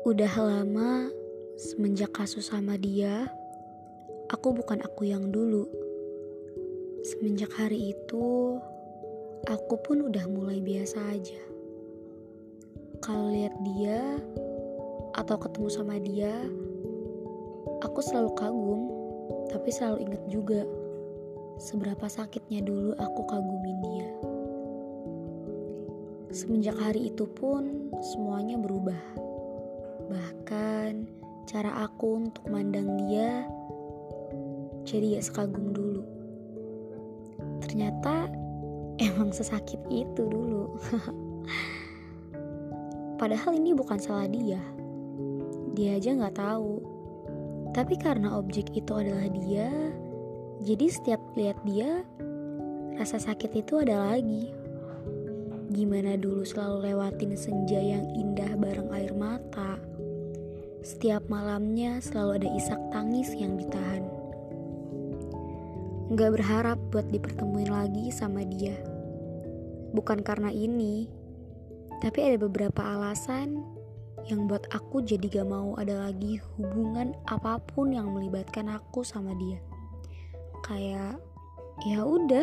Udah lama semenjak kasus sama dia, aku bukan aku yang dulu. Semenjak hari itu, aku pun udah mulai biasa aja. Kalau lihat dia atau ketemu sama dia, aku selalu kagum, tapi selalu ingat juga seberapa sakitnya dulu aku kagumin dia. Semenjak hari itu pun semuanya berubah. Bahkan cara aku untuk mandang dia jadi gak sekagum dulu. Ternyata emang sesakit itu dulu. Padahal ini bukan salah dia. Dia aja gak tahu. Tapi karena objek itu adalah dia, jadi setiap lihat dia, rasa sakit itu ada lagi. Gimana dulu selalu lewatin senja yang indah bareng air mata. Setiap malamnya selalu ada isak tangis yang ditahan. Gak berharap buat dipertemuin lagi sama dia. Bukan karena ini, tapi ada beberapa alasan yang buat aku jadi gak mau ada lagi hubungan apapun yang melibatkan aku sama dia. Kayak ya udah,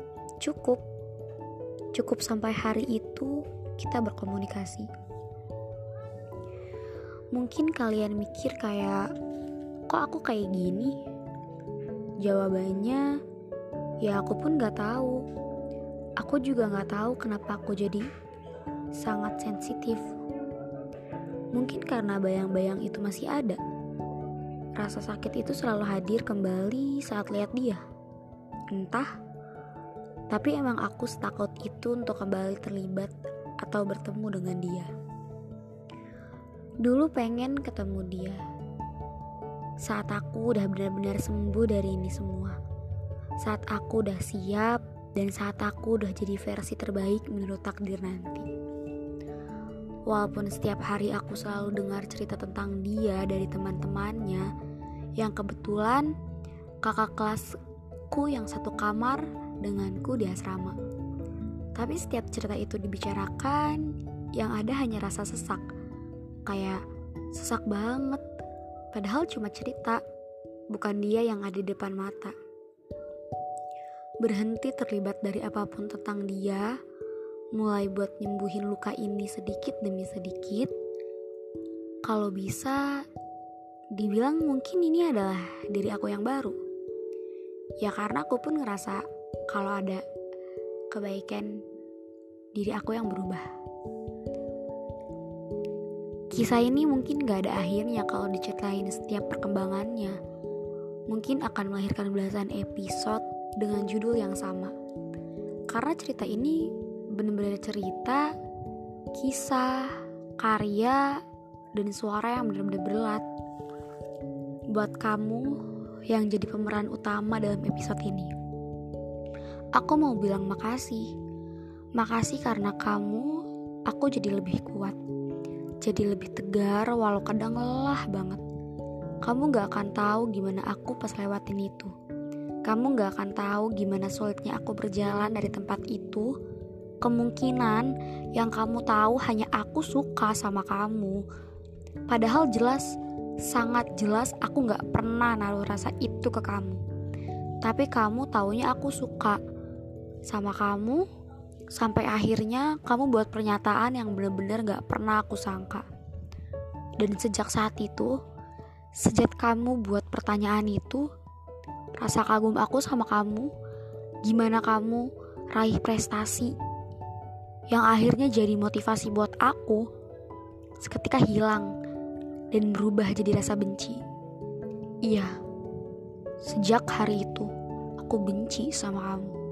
cukup sampai hari itu kita berkomunikasi. Mungkin kalian mikir kayak, kok aku kayak gini? Jawabannya, ya aku pun gak tahu. Aku juga gak tahu kenapa aku jadi sangat sensitif. Mungkin karena bayang-bayang itu masih ada. Rasa sakit itu selalu hadir kembali saat lihat dia. Entah, tapi emang aku setakut itu untuk kembali terlibat atau bertemu dengan dia. Dulu pengen ketemu dia saat aku udah benar-benar sembuh dari ini semua. Saat aku udah siap dan saat aku udah jadi versi terbaik menurut takdir nanti. Walaupun setiap hari aku selalu dengar cerita tentang dia dari teman-temannya yang kebetulan kakak kelasku yang satu kamar denganku di asrama. Tapi setiap cerita itu dibicarakan, yang ada hanya rasa sesak. Kayak sesak banget, padahal cuma cerita, bukan dia yang ada di depan mata. Berhenti terlibat dari apapun tentang dia, mulai buat nyembuhin luka ini sedikit demi sedikit. Kalau bisa, dibilang mungkin ini adalah diri aku yang baru. Ya karena aku pun ngerasa kalau ada kebaikan diri aku yang berubah. Kisah ini mungkin gak ada akhirnya kalau diceritain setiap perkembangannya. Mungkin akan melahirkan belasan episode dengan judul yang sama. Karena cerita ini benar-benar cerita, kisah, karya, dan suara yang benar-benar berlat. Buat kamu yang jadi pemeran utama dalam episode ini, aku mau bilang makasih. Makasih karena kamu, aku jadi lebih kuat. Jadi lebih tegar walau kadang lelah banget. Kamu gak akan tahu gimana aku pas lewatin itu. Kamu gak akan tahu gimana sulitnya aku berjalan dari tempat itu. Kemungkinan yang kamu tahu hanya aku suka sama kamu. Padahal jelas, sangat jelas aku gak pernah naruh rasa itu ke kamu. Tapi kamu taunya aku suka sama kamu. Sampai akhirnya kamu buat pernyataan yang benar-benar gak pernah aku sangka. Dan sejak saat itu, sejak kamu buat pertanyaan itu, rasa kagum aku sama kamu, gimana kamu raih prestasi, yang akhirnya jadi motivasi buat aku, seketika hilang dan berubah jadi rasa benci. Iya, sejak hari itu aku benci sama kamu.